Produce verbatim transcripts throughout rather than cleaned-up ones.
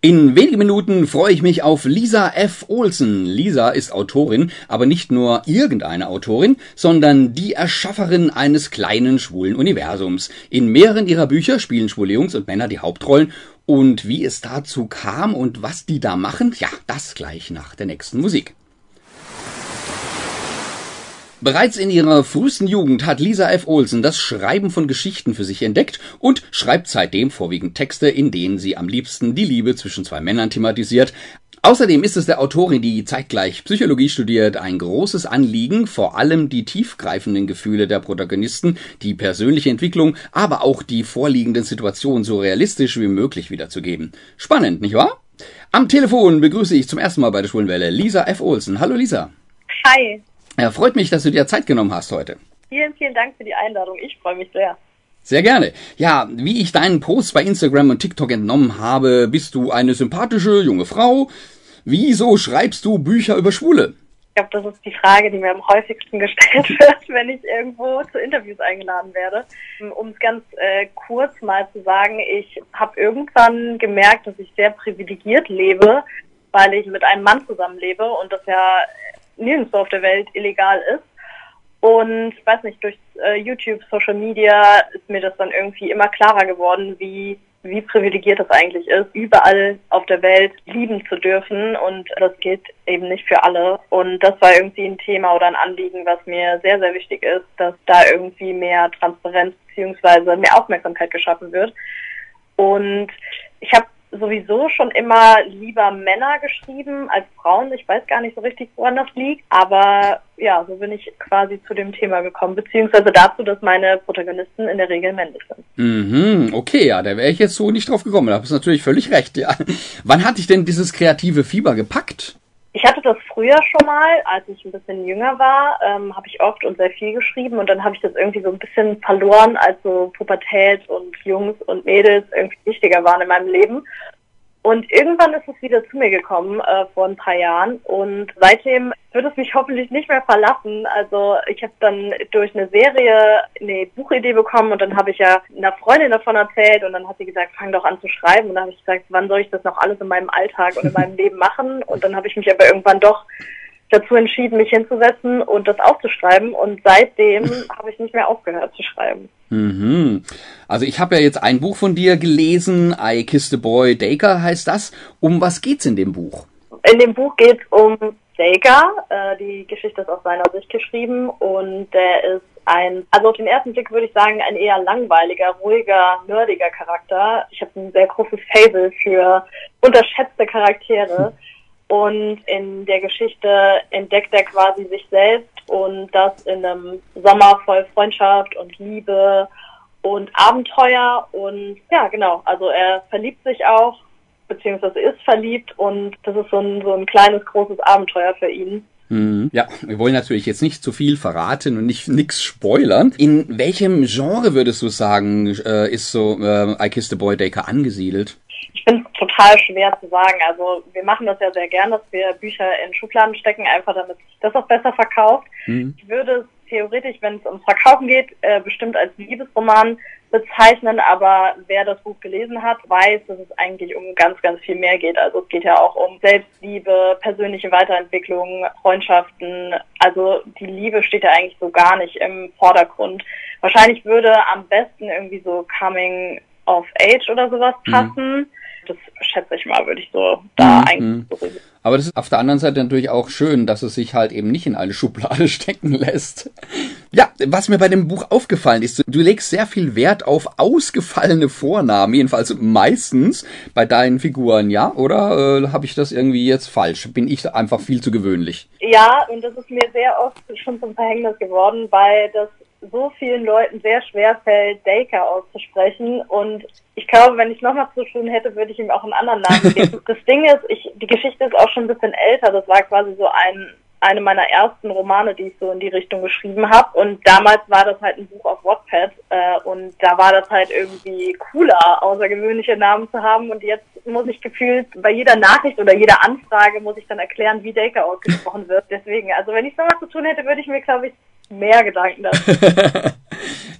In wenigen Minuten freue ich mich auf Lisa F. Olsen. Lisa ist Autorin, aber nicht nur irgendeine Autorin, sondern die Erschafferin eines kleinen schwulen Universums. In mehreren ihrer Bücher spielen schwule Jungs und Männer die Hauptrollen. Und wie es dazu kam und was die da machen, ja, das gleich nach der nächsten Musik. Bereits in ihrer frühesten Jugend hat Lisa F. Olsen das Schreiben von Geschichten für sich entdeckt und schreibt seitdem vorwiegend Texte, in denen sie am liebsten die Liebe zwischen zwei Männern thematisiert. Außerdem ist es der Autorin, die zeitgleich Psychologie studiert, ein großes Anliegen, vor allem die tiefgreifenden Gefühle der Protagonisten, die persönliche Entwicklung, aber auch die vorliegenden Situationen so realistisch wie möglich wiederzugeben. Spannend, nicht wahr? Am Telefon begrüße ich zum ersten Mal bei der Schwulenwelle Lisa F. Olsen. Hallo Lisa. Hi. Ja, freut mich, dass du dir Zeit genommen hast heute. Vielen, vielen Dank für die Einladung. Ich freue mich sehr. Sehr gerne. Ja, wie ich deinen Post bei Instagram und TikTok entnommen habe, bist du eine sympathische junge Frau. Wieso schreibst du Bücher über Schwule? Ich glaube, das ist die Frage, die mir am häufigsten gestellt wird, wenn ich irgendwo zu Interviews eingeladen werde. Um es ganz äh, kurz mal zu sagen, ich habe irgendwann gemerkt, dass ich sehr privilegiert lebe, weil ich mit einem Mann zusammenlebe und das ja nirgendwo auf der Welt illegal ist. Und ich weiß nicht, durch äh, YouTube, Social Media ist mir das dann irgendwie immer klarer geworden, wie wie privilegiert es eigentlich ist, überall auf der Welt lieben zu dürfen. Und das gilt eben nicht für alle. Und das war irgendwie ein Thema oder ein Anliegen, was mir sehr, sehr wichtig ist, dass da irgendwie mehr Transparenz bzw. mehr Aufmerksamkeit geschaffen wird. Und ich habe sowieso schon immer lieber Männer geschrieben als Frauen. Ich weiß gar nicht so richtig, woran das liegt. Aber ja, so bin ich quasi zu dem Thema gekommen, beziehungsweise dazu, dass meine Protagonisten in der Regel männlich sind. Mhm, okay, ja, da wäre ich jetzt so nicht drauf gekommen. Da hast du natürlich völlig recht, ja. Wann hat dich denn dieses kreative Fieber gepackt? Ich hatte das früher schon mal, als ich ein bisschen jünger war, ähm, habe ich oft und sehr viel geschrieben und dann habe ich das irgendwie so ein bisschen verloren, als so Pubertät und Jungs und Mädels irgendwie wichtiger waren in meinem Leben. Und irgendwann ist es wieder zu mir gekommen, äh, vor ein paar Jahren. Und seitdem wird es mich hoffentlich nicht mehr verlassen. Also ich habe dann durch eine Serie eine Buchidee bekommen und dann habe ich ja einer Freundin davon erzählt und dann hat sie gesagt, fang doch an zu schreiben. Und dann habe ich gesagt, wann soll ich das noch alles in meinem Alltag und in meinem Leben machen? Und dann habe ich mich aber irgendwann doch dazu entschieden, mich hinzusetzen und das aufzuschreiben. Und seitdem habe ich nicht mehr aufgehört zu schreiben. Mhm. Also ich habe ja jetzt ein Buch von dir gelesen, I Kissed a Boy, Dacre heißt das. Um was geht's in dem Buch? In dem Buch geht's um Dacre. Äh, die Geschichte ist aus seiner Sicht geschrieben und der ist ein, also auf den ersten Blick würde ich sagen, ein eher langweiliger, ruhiger, nerdiger Charakter. Ich habe ein sehr großes Faible für unterschätzte Charaktere. Und in der Geschichte entdeckt er quasi sich selbst und das in einem Sommer voll Freundschaft und Liebe und Abenteuer. Und ja, genau, also er verliebt sich auch, beziehungsweise ist verliebt und das ist so ein, so ein kleines, großes Abenteuer für ihn. Ja, wir wollen natürlich jetzt nicht zu viel verraten und nicht nix spoilern. In welchem Genre würdest du sagen, äh, ist so äh, I Kissed a Boy, Dacre angesiedelt? Ich finde es total schwer zu sagen. Also wir machen das ja sehr gern, dass wir Bücher in Schubladen stecken, einfach damit sich das auch besser verkauft. Mhm. Ich würde es theoretisch, wenn es ums Verkaufen geht, äh, bestimmt als Liebesroman bezeichnen, aber wer das Buch gelesen hat, weiß, dass es eigentlich um ganz, ganz viel mehr geht. Also es geht ja auch um Selbstliebe, persönliche Weiterentwicklung, Freundschaften. Also die Liebe steht ja eigentlich so gar nicht im Vordergrund. Wahrscheinlich würde am besten irgendwie so Coming of Age oder sowas passen. Mhm. Das schätze ich mal, würde ich so da mhm. eigentlich so reden. Aber das ist auf der anderen Seite natürlich auch schön, dass es sich halt eben nicht in eine Schublade stecken lässt. Ja, was mir bei dem Buch aufgefallen ist, du legst sehr viel Wert auf ausgefallene Vornamen, jedenfalls meistens bei deinen Figuren, ja? Oder äh, habe ich das irgendwie jetzt falsch? Bin ich einfach viel zu gewöhnlich? Ja, und das ist mir sehr oft schon zum Verhängnis geworden, weil das so vielen Leuten sehr schwer fällt, Dacre auszusprechen. Und ich glaube, wenn ich noch was zu tun hätte, würde ich ihm auch einen anderen Namen geben. Das Ding ist, ich, die Geschichte ist auch schon ein bisschen älter. Das war quasi so ein eine meiner ersten Romane, die ich so in die Richtung geschrieben habe. Und damals war das halt ein Buch auf Wattpad. Äh, und da war das halt irgendwie cooler, außergewöhnliche Namen zu haben. Und jetzt muss ich gefühlt bei jeder Nachricht oder jeder Anfrage muss ich dann erklären, wie Dacre ausgesprochen wird. Deswegen, also wenn ich noch was zu tun hätte, würde ich mir, glaube ich, mehr Gedanken dazu.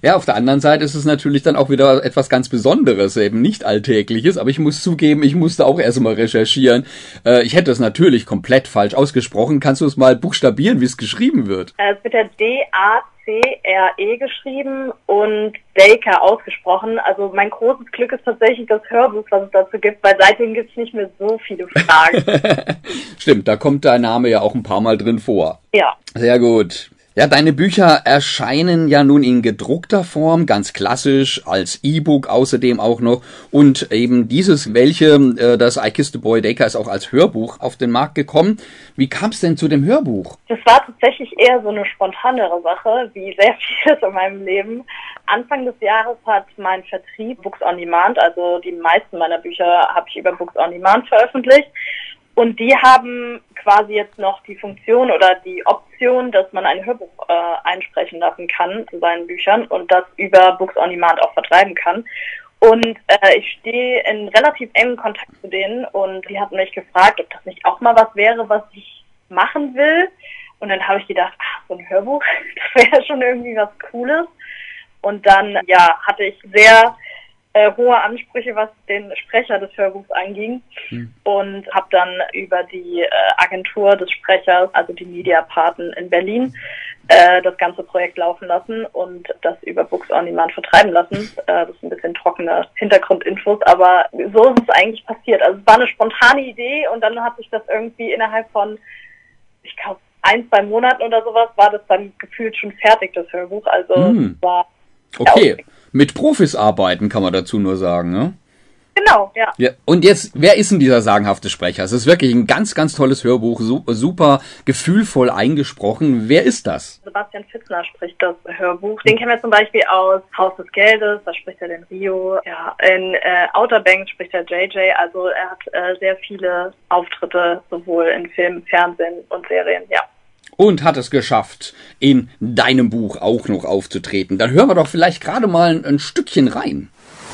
Ja, auf der anderen Seite ist es natürlich dann auch wieder etwas ganz Besonderes, eben nicht Alltägliches, aber ich muss zugeben, ich musste auch erstmal recherchieren. Äh, ich hätte es natürlich komplett falsch ausgesprochen. Kannst du es mal buchstabieren, wie es geschrieben wird? Es wird ja D A C R E geschrieben und Dacre ausgesprochen. Also mein großes Glück ist tatsächlich das Hörbuch, was es dazu gibt, weil seitdem gibt es nicht mehr so viele Fragen. Stimmt, da kommt dein Name ja auch ein paar Mal drin vor. Ja. Sehr gut. Ja, deine Bücher erscheinen ja nun in gedruckter Form, ganz klassisch, als E-Book außerdem auch noch. Und eben dieses, welche, äh, das I Kissed a Boy Dacre ist auch als Hörbuch auf den Markt gekommen. Wie kam es denn zu dem Hörbuch? Das war tatsächlich eher so eine spontanere Sache, wie sehr vieles in meinem Leben. Anfang des Jahres hat mein Vertrieb Books on Demand, also die meisten meiner Bücher habe ich über Books on Demand veröffentlicht. Und die haben quasi jetzt noch die Funktion oder die Option, dass man ein Hörbuch äh, einsprechen lassen kann zu seinen Büchern und das über Books on Demand auch vertreiben kann. Und äh, ich stehe in relativ engem Kontakt zu denen und die hatten mich gefragt, ob das nicht auch mal was wäre, was ich machen will. Und dann habe ich gedacht, ach, so ein Hörbuch, das wäre schon irgendwie was Cooles. Und dann, ja, hatte ich sehr Äh, hohe Ansprüche, was den Sprecher des Hörbuchs anging hm. und habe dann über die äh, Agentur des Sprechers, also die Mediapaten in Berlin, äh, das ganze Projekt laufen lassen und das über Books on Demand vertreiben lassen. Äh, das ist ein bisschen trockene Hintergrundinfos, aber so ist es eigentlich passiert. Also es war eine spontane Idee und dann hat sich das irgendwie innerhalb von, ich glaube, ein, zwei Monaten oder sowas, war das dann gefühlt schon fertig, das Hörbuch. Also hm. war okay. Ja, mit Profis arbeiten, kann man dazu nur sagen, ne? Genau, ja. Ja. Und jetzt, wer ist denn dieser sagenhafte Sprecher? Es ist wirklich ein ganz, ganz tolles Hörbuch, super, super gefühlvoll eingesprochen. Wer ist das? Sebastian Fitzner spricht das Hörbuch. Den kennen wir zum Beispiel aus Haus des Geldes, da spricht er den Rio. Ja, in äh, Outer Banks spricht er J J. Also er hat äh, sehr viele Auftritte, sowohl in Film, Fernsehen und Serien, ja. Und hat es geschafft, in deinem Buch auch noch aufzutreten. Dann hören wir doch vielleicht gerade mal ein, ein Stückchen rein.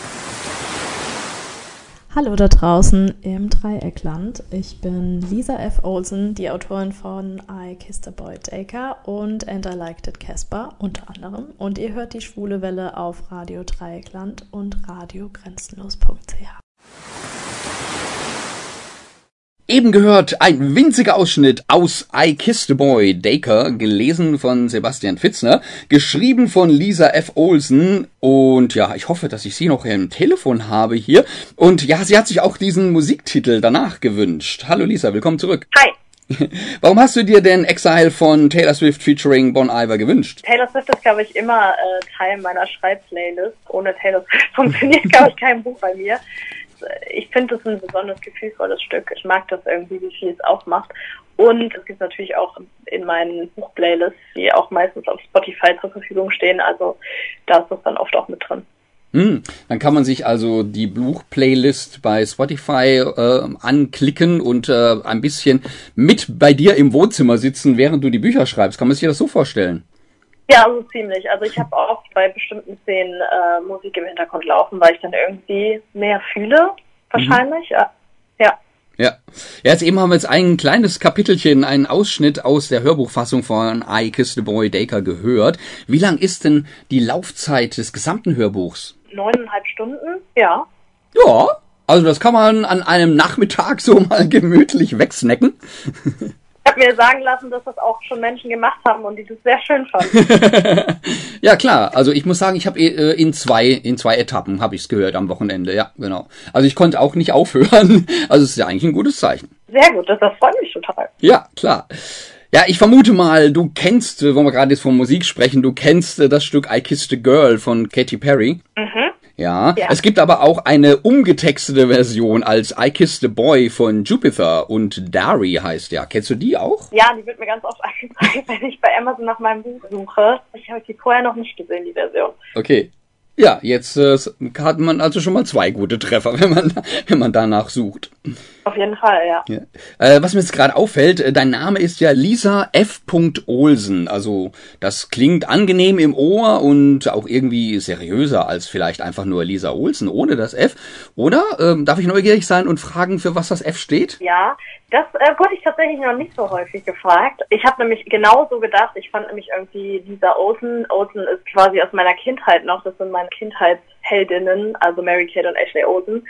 Hallo da draußen im Dreieckland. Ich bin Lisa F. Olsen, die Autorin von I Kissed a Boy Dacre und And I Liked It Casper unter anderem. Und ihr hört die Schwule Welle auf Radio Dreieckland und radio grenzenlos punkt c h. Eben gehört ein winziger Ausschnitt aus I Kissed a Boy Dacre, gelesen von Sebastian Fitzner, geschrieben von Lisa F. Olsen. Und ja, ich hoffe, dass ich sie noch im Telefon habe hier. Und ja, sie hat sich auch diesen Musiktitel danach gewünscht. Hallo Lisa, willkommen zurück. Hi. Warum hast du dir denn Exile von Taylor Swift featuring Bon Iver gewünscht? Taylor Swift ist, glaube ich, immer äh, Teil meiner Schreibplaylist. Ohne Taylor Swift funktioniert, glaube ich, kein Buch bei mir. Ich finde das ein besonders gefühlvolles Stück. Ich mag das irgendwie, wie viel es aufmacht. Und es gibt natürlich auch in meinen Buchplaylists, die auch meistens auf Spotify zur Verfügung stehen. Also da ist das dann oft auch mit drin. Hm, dann kann man sich also die Buchplaylist bei Spotify äh, anklicken und äh, ein bisschen mit bei dir im Wohnzimmer sitzen, während du die Bücher schreibst. Kann man sich das so vorstellen? Ja, also ziemlich. Also ich habe oft bei bestimmten Szenen äh, Musik im Hintergrund laufen, weil ich dann irgendwie mehr fühle, wahrscheinlich. Mhm. Ja. Ja. Ja. Jetzt eben haben wir jetzt ein kleines Kapitelchen, einen Ausschnitt aus der Hörbuchfassung von I Kissed a Boy Dacre gehört. Wie lang ist denn die Laufzeit des gesamten Hörbuchs? Neuneinhalb Stunden, ja. Ja, also das kann man an einem Nachmittag so mal gemütlich wegsnacken. Ich habe mir sagen lassen, dass das auch schon Menschen gemacht haben und die das sehr schön fanden. Ja klar, also ich muss sagen, ich habe äh, in zwei in zwei Etappen habe ich es gehört am Wochenende, ja genau. Also ich konnte auch nicht aufhören, also es ist ja eigentlich ein gutes Zeichen. Sehr gut, das, das freut mich total. Ja, klar. Ja, ich vermute mal, du kennst, wo wir gerade jetzt von Musik sprechen, du kennst äh, das Stück I Kissed a Girl von Katy Perry. Mhm. Ja. ja, es gibt aber auch eine umgetextete Version als I Kissed a Boy von Jupiter und Dari heißt der. Kennst du die auch? Ja, die wird mir ganz oft angezeigt, wenn ich bei Amazon nach meinem Buch suche. Ich habe die vorher noch nicht gesehen, die Version. Okay. Ja, jetzt äh, hat man also schon mal zwei gute Treffer, wenn man wenn man danach sucht. Auf jeden Fall, ja. ja. Äh, was mir jetzt gerade auffällt, äh, dein Name ist ja Lisa F. Olsen. Also das klingt angenehm im Ohr und auch irgendwie seriöser als vielleicht einfach nur Lisa Olsen ohne das F. Oder? Ähm, darf ich neugierig sein und fragen, für was das F steht? Ja, das äh, wurde ich tatsächlich noch nicht so häufig gefragt. Ich habe nämlich genauso gedacht, ich fand nämlich irgendwie Lisa Olsen, Olsen ist quasi aus meiner Kindheit noch, das sind meine Kindheitsheldinnen, also Mary-Kate und Ashley Olsen.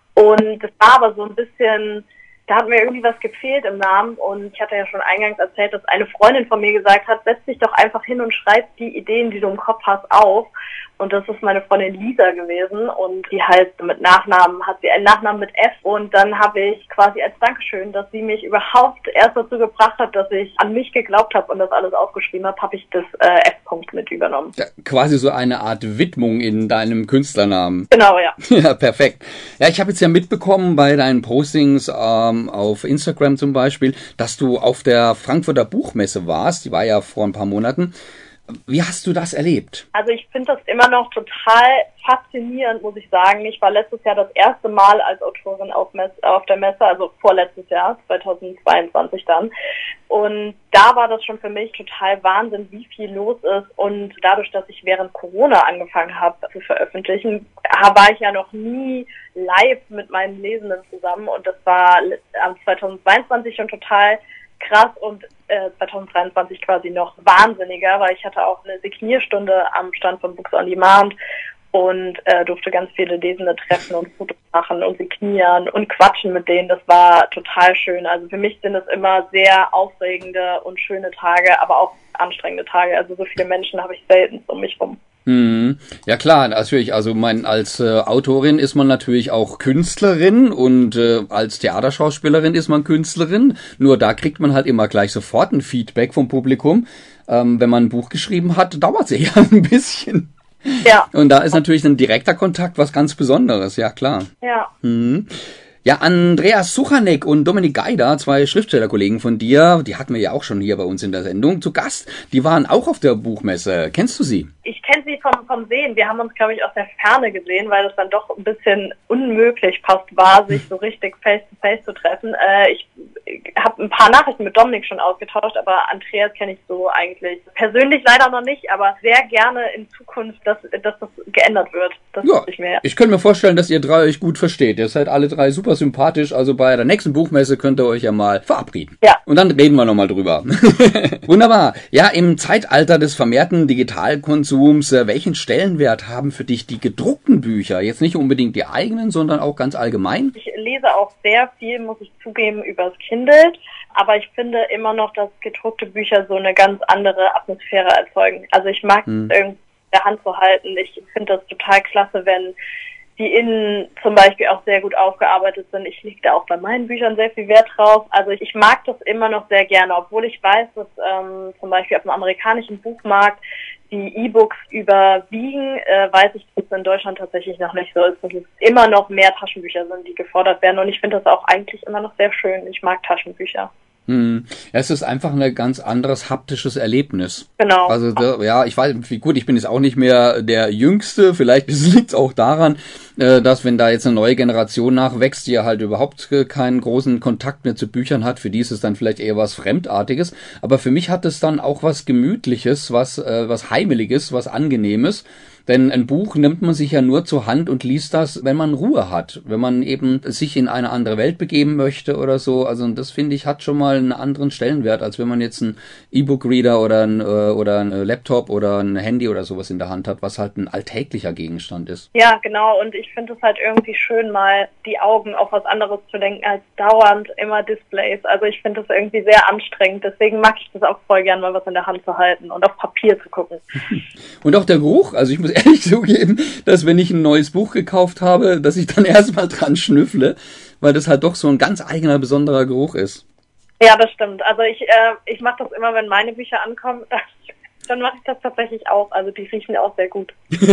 Und das war aber so ein bisschen, da hat mir irgendwie was gefehlt im Namen und ich hatte ja schon eingangs erzählt, dass eine Freundin von mir gesagt hat, setz dich doch einfach hin und schreib die Ideen, die du im Kopf hast, auf. Und das ist meine Freundin Lisa gewesen und die heißt mit Nachnamen, hat sie einen Nachnamen mit F und dann habe ich quasi als Dankeschön, dass sie mich überhaupt erst dazu gebracht hat, dass ich an mich geglaubt habe und das alles aufgeschrieben habe, habe ich das äh, F-Punkt mit übernommen. Ja, quasi so eine Art Widmung in deinem Künstlernamen. Genau, ja. Ja, perfekt. Ja, ich habe jetzt ja mitbekommen bei deinen Postings ähm, auf Instagram zum Beispiel, dass du auf der Frankfurter Buchmesse warst, die war ja vor ein paar Monaten. Wie hast du das erlebt? Also ich finde das immer noch total faszinierend, muss ich sagen. Ich war letztes Jahr das erste Mal als Autorin auf, Messe, auf der Messe, also vorletztes Jahr, zweitausendzweiundzwanzig dann. Und da war das schon für mich total Wahnsinn, wie viel los ist. Und dadurch, dass ich während Corona angefangen habe zu veröffentlichen, war ich ja noch nie live mit meinen Lesenden zusammen. Und das war zweitausendzweiundzwanzig schon total krass und äh, zweitausenddreiundzwanzig quasi noch wahnsinniger, weil ich hatte auch eine Signierstunde am Stand von Books on Demand und äh, durfte ganz viele Lesende treffen und Fotos machen und signieren und quatschen mit denen. Das war total schön. Also für mich sind es immer sehr aufregende und schöne Tage, aber auch anstrengende Tage. Also so viele Menschen habe ich selten um mich rum. Hm. Ja klar, natürlich. Also mein als äh, Autorin ist man natürlich auch Künstlerin und äh, als Theaterschauspielerin ist man Künstlerin. Nur da kriegt man halt immer gleich sofort ein Feedback vom Publikum. Ähm, wenn man ein Buch geschrieben hat, dauert es eher ein bisschen. Ja. Und da ist natürlich ein direkter Kontakt was ganz Besonderes. Ja klar. Ja. Hm. Ja, Andreas Suchanek und Dominik Geider, zwei Schriftstellerkollegen von dir, die hatten wir ja auch schon hier bei uns in der Sendung zu Gast. Die waren auch auf der Buchmesse. Kennst du sie? Ich kenne sie vom, vom Sehen. Wir haben uns, glaube ich, aus der Ferne gesehen, weil es dann doch ein bisschen unmöglich fast war, sich so richtig face-to-face zu treffen. Äh, ich habe ein paar Nachrichten mit Dominik schon ausgetauscht, aber Andreas kenne ich so eigentlich persönlich leider noch nicht, aber sehr gerne in Zukunft, dass, dass das geändert wird. Das ja, ich mir. Ich könnte mir vorstellen, dass ihr drei euch gut versteht. Ihr seid alle drei super sympathisch, also bei der nächsten Buchmesse könnt ihr euch ja mal verabreden. Ja. Und dann reden wir nochmal drüber. Wunderbar. Ja, im Zeitalter des vermehrten Digitalkonsums, welchen Stellenwert haben für dich die gedruckten Bücher? Jetzt nicht unbedingt die eigenen, sondern auch ganz allgemein? Ich lese auch sehr viel, muss ich zugeben, übers Kindle. Aber ich finde immer noch, dass gedruckte Bücher so eine ganz andere Atmosphäre erzeugen. Also ich mag hm. es irgendwie in der Hand zu halten. Ich finde das total klasse, wenn die innen zum Beispiel auch sehr gut aufgearbeitet sind. Ich lege da auch bei meinen Büchern sehr viel Wert drauf. Also ich mag das immer noch sehr gerne, obwohl ich weiß, dass ähm, zum Beispiel auf dem amerikanischen Buchmarkt die E-Books überwiegen, äh, weiß ich, dass es in Deutschland tatsächlich noch nicht so ist, dass es immer noch mehr Taschenbücher sind, die gefordert werden. Und ich finde das auch eigentlich immer noch sehr schön. Ich mag Taschenbücher. Hm. Ja, es ist einfach ein ganz anderes haptisches Erlebnis. Genau. Also da, ja, ich weiß, wie gut, ich bin jetzt auch nicht mehr der Jüngste. Vielleicht liegt es auch daran, äh, dass wenn da jetzt eine neue Generation nachwächst, die ja halt überhaupt keinen großen Kontakt mehr zu Büchern hat, für die ist es dann vielleicht eher was Fremdartiges. Aber für mich hat es dann auch was Gemütliches, was äh, was Heimeliges, was Angenehmes. Denn ein Buch nimmt man sich ja nur zur Hand und liest das, wenn man Ruhe hat, wenn man eben sich in eine andere Welt begeben möchte oder so. Also das, finde ich, hat schon mal einen anderen Stellenwert, als wenn man jetzt einen E-Book-Reader oder ein, oder ein Laptop oder ein Handy oder sowas in der Hand hat, was halt ein alltäglicher Gegenstand ist. Ja, genau. Und ich finde es halt irgendwie schön, mal die Augen auf was anderes zu lenken, als dauernd immer Displays. Also ich finde das irgendwie sehr anstrengend. Deswegen mag ich das auch voll gern, mal was in der Hand zu halten und auf Papier zu gucken. Und auch der Geruch. Also ich muss ehrlich zugeben, dass wenn ich ein neues Buch gekauft habe, dass ich dann erstmal dran schnüffle, weil das halt doch so ein ganz eigener, besonderer Geruch ist. Ja, das stimmt. Also ich äh, ich mache das immer, wenn meine Bücher ankommen, dann mache ich das tatsächlich auch. Also die riechen auch sehr gut.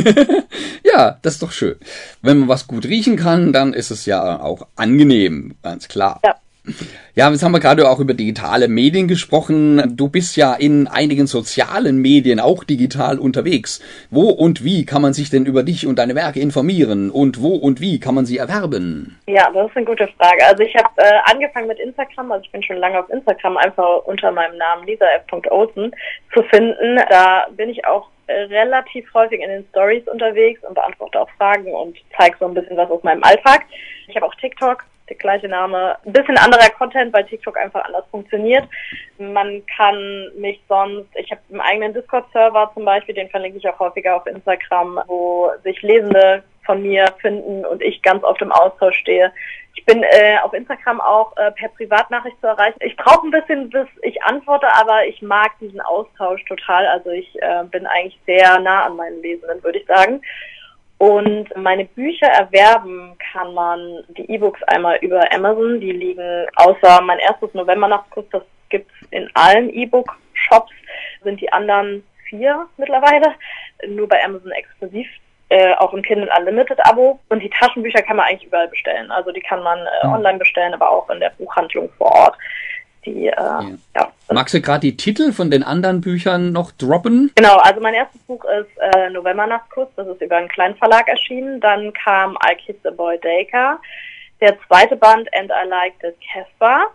Ja, das ist doch schön. Wenn man was gut riechen kann, dann ist es ja auch angenehm, ganz klar. Ja. Ja, jetzt haben wir gerade auch über digitale Medien gesprochen. Du bist ja in einigen sozialen Medien auch digital unterwegs. Wo und wie kann man sich denn über dich und deine Werke informieren? Und wo und wie kann man sie erwerben? Ja, das ist eine gute Frage. Also ich habe äh, angefangen mit Instagram, also ich bin schon lange auf Instagram, einfach unter meinem Namen lisa f punkt olsen zu finden. Da bin ich auch äh, relativ häufig in den Stories unterwegs und beantworte auch Fragen und zeige so ein bisschen was aus meinem Alltag. Ich habe auch TikTok. Der gleiche Name, ein bisschen anderer Content, weil TikTok einfach anders funktioniert. Man kann mich sonst, ich habe einen eigenen Discord-Server zum Beispiel, den verlinke ich auch häufiger auf Instagram, wo sich Lesende von mir finden und ich ganz oft im Austausch stehe. Ich bin äh, auf Instagram auch äh, per Privatnachricht zu erreichen. Ich brauche ein bisschen, bis ich antworte, aber ich mag diesen Austausch total. Also ich äh, bin eigentlich sehr nah an meinen Lesenden, würde ich sagen. Und meine Bücher erwerben kann man, die E-Books einmal über Amazon, die liegen, außer mein erstes November-Nachtkuss, das gibt's in allen E-Book-Shops, sind die anderen vier mittlerweile, nur bei Amazon exklusiv, äh, auch im Kindle Unlimited-Abo. Und die Taschenbücher kann man eigentlich überall bestellen, also die kann man äh, online bestellen, aber auch in der Buchhandlung vor Ort. Die, äh, ja. Ja. Magst du gerade die Titel von den anderen Büchern noch droppen? Genau, also mein erstes Buch ist äh, November-Nachtkuss, das ist über einen kleinen Verlag erschienen. Dann kam I Kissed a Boy Dacre, der zweite Band And I Liked It Casper.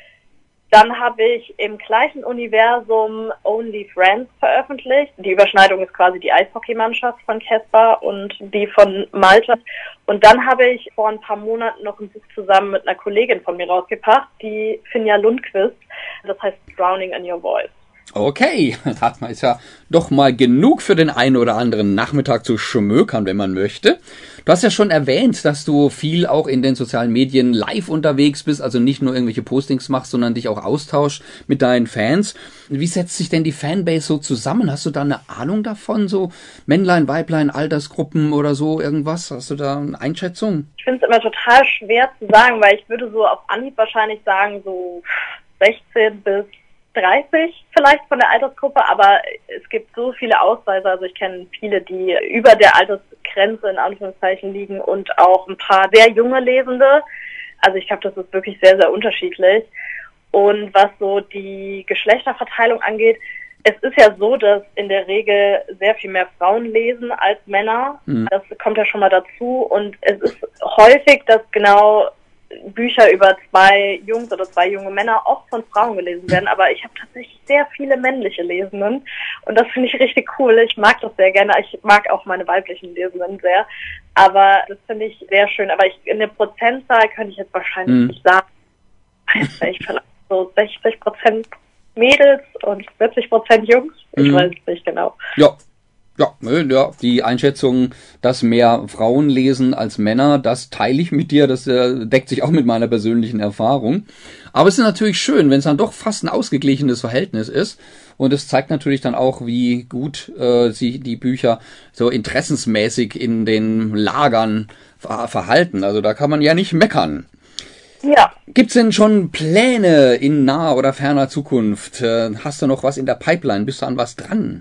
Dann habe ich im gleichen Universum Only Friends veröffentlicht. Die Überschneidung ist quasi die Eishockeymannschaft von Casper und die von Malte. Und dann habe ich vor ein paar Monaten noch ein Buch zusammen mit einer Kollegin von mir rausgebracht, die Finja Lundquist. Das heißt Drowning in Your Voice. Okay, da hat man ja doch mal genug für den einen oder anderen Nachmittag zu schmökern, wenn man möchte. Du hast ja schon erwähnt, dass du viel auch in den sozialen Medien live unterwegs bist, also nicht nur irgendwelche Postings machst, sondern dich auch austauschst mit deinen Fans. Wie setzt sich denn die Fanbase so zusammen? Hast du da eine Ahnung davon, so Männlein, Weiblein, Altersgruppen oder so irgendwas? Hast du da eine Einschätzung? Ich finde es immer total schwer zu sagen, weil ich würde so auf Anhieb wahrscheinlich sagen, so sechzehn bis dreißig vielleicht von der Altersgruppe, aber es gibt so viele Ausweise, also ich kenne viele, die über der Altersgrenze in Anführungszeichen liegen und auch ein paar sehr junge Lesende. Also ich glaube, das ist wirklich sehr, sehr unterschiedlich. Und was so die Geschlechterverteilung angeht, es ist ja so, dass in der Regel sehr viel mehr Frauen lesen als Männer. Mhm. Das kommt ja schon mal dazu und es ist häufig, dass genau Bücher über zwei Jungs oder zwei junge Männer oft von Frauen gelesen werden, aber ich habe tatsächlich sehr viele männliche Lesenden und das finde ich richtig cool. Ich mag das sehr gerne. Ich mag auch meine weiblichen Lesenden sehr, aber das finde ich sehr schön. Aber ich, in der Prozentzahl könnte ich jetzt wahrscheinlich mhm. nicht sagen. Ich vielleicht so sechzig Prozent Mädels und vierzig Prozent Jungs. Ich mhm. weiß es nicht genau. Ja. Ja, ja, die Einschätzung, dass mehr Frauen lesen als Männer, das teile ich mit dir, das äh, deckt sich auch mit meiner persönlichen Erfahrung. Aber es ist natürlich schön, wenn es dann doch fast ein ausgeglichenes Verhältnis ist. Und es zeigt natürlich dann auch, wie gut äh, sich die Bücher so interessensmäßig in den Lagern ver- verhalten. Also da kann man ja nicht meckern. Ja. Gibt's denn schon Pläne in naher oder ferner Zukunft? Äh, hast du noch was in der Pipeline? Bist du an was dran?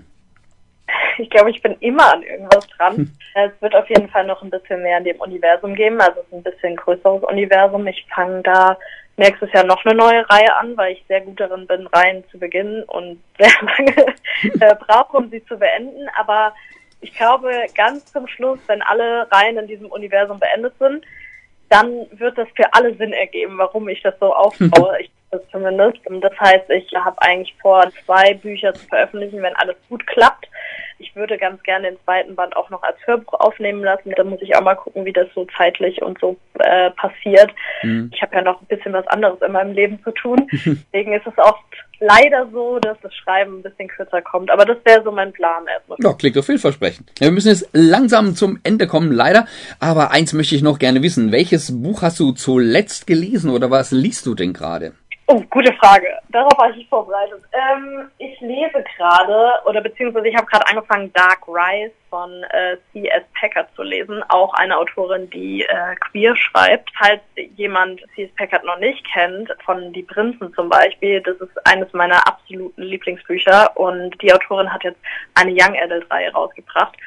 Ich glaube, ich bin immer an irgendwas dran. Hm. Es wird auf jeden Fall noch ein bisschen mehr in dem Universum geben, also es ist ein bisschen größeres Universum. Ich fange da nächstes Jahr noch eine neue Reihe an, weil ich sehr gut darin bin, Reihen zu beginnen und sehr lange äh, brauche, um sie zu beenden. Aber ich glaube, ganz zum Schluss, wenn alle Reihen in diesem Universum beendet sind, dann wird das für alle Sinn ergeben, warum ich das so aufbaue. Ich das zumindest. Und das heißt, ich habe eigentlich vor, zwei Bücher zu veröffentlichen, wenn alles gut klappt. Ich würde ganz gerne den zweiten Band auch noch als Hörbuch aufnehmen lassen. Da muss ich auch mal gucken, wie das so zeitlich und so äh, passiert. Mhm. Ich habe ja noch ein bisschen was anderes in meinem Leben zu tun. Deswegen ist es oft leider so, dass das Schreiben ein bisschen kürzer kommt. Aber das wäre so mein Plan erstmal. Ja, klingt doch vielversprechend. Ja, wir müssen jetzt langsam zum Ende kommen, leider. Aber eins möchte ich noch gerne wissen. Welches Buch hast du zuletzt gelesen oder was liest du denn gerade? Oh, gute Frage. Darauf war ich nicht vorbereitet. Ähm, ich lese gerade, oder beziehungsweise ich habe gerade angefangen, Dark Rise von äh, C S Packard zu lesen. Auch eine Autorin, die äh, queer schreibt. Falls jemand C S Packard noch nicht kennt, von Die Prinzen zum Beispiel, das ist eines meiner absoluten Lieblingsbücher. Und die Autorin hat jetzt eine Young Adult Reihe rausgebracht.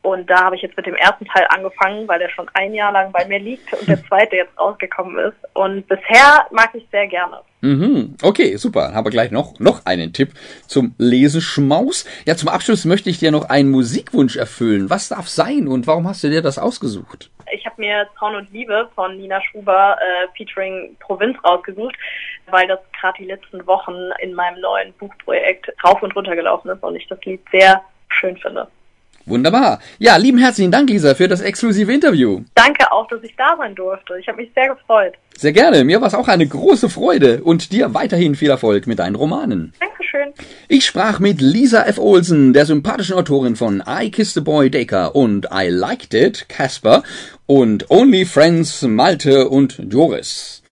Und da habe ich jetzt mit dem ersten Teil angefangen, weil der schon ein Jahr lang bei mir liegt und der zweite jetzt rausgekommen ist. Und bisher mag ich sehr gerne. Mhm. Okay, super. Dann haben wir gleich noch, noch einen Tipp zum Leseschmaus. Ja, zum Abschluss möchte ich dir noch einen Musikwunsch erfüllen. Was darf sein und warum hast du dir das ausgesucht? Ich habe mir Zorn und Liebe von Nina Schuber äh, featuring Provinz rausgesucht, weil das gerade die letzten Wochen in meinem neuen Buchprojekt rauf und runter gelaufen ist und ich das Lied sehr schön finde. Wunderbar. Ja, lieben herzlichen Dank, Lisa, für das exklusive Interview. Danke auch, dass ich da sein durfte. Ich habe mich sehr gefreut. Sehr gerne. Mir war es auch eine große Freude und dir weiterhin viel Erfolg mit deinen Romanen. Dankeschön. Ich sprach mit Lisa F. Olsen, der sympathischen Autorin von I Kissed a Boy Dacre und I Liked It, Casper und Only Friends Malte und Joris.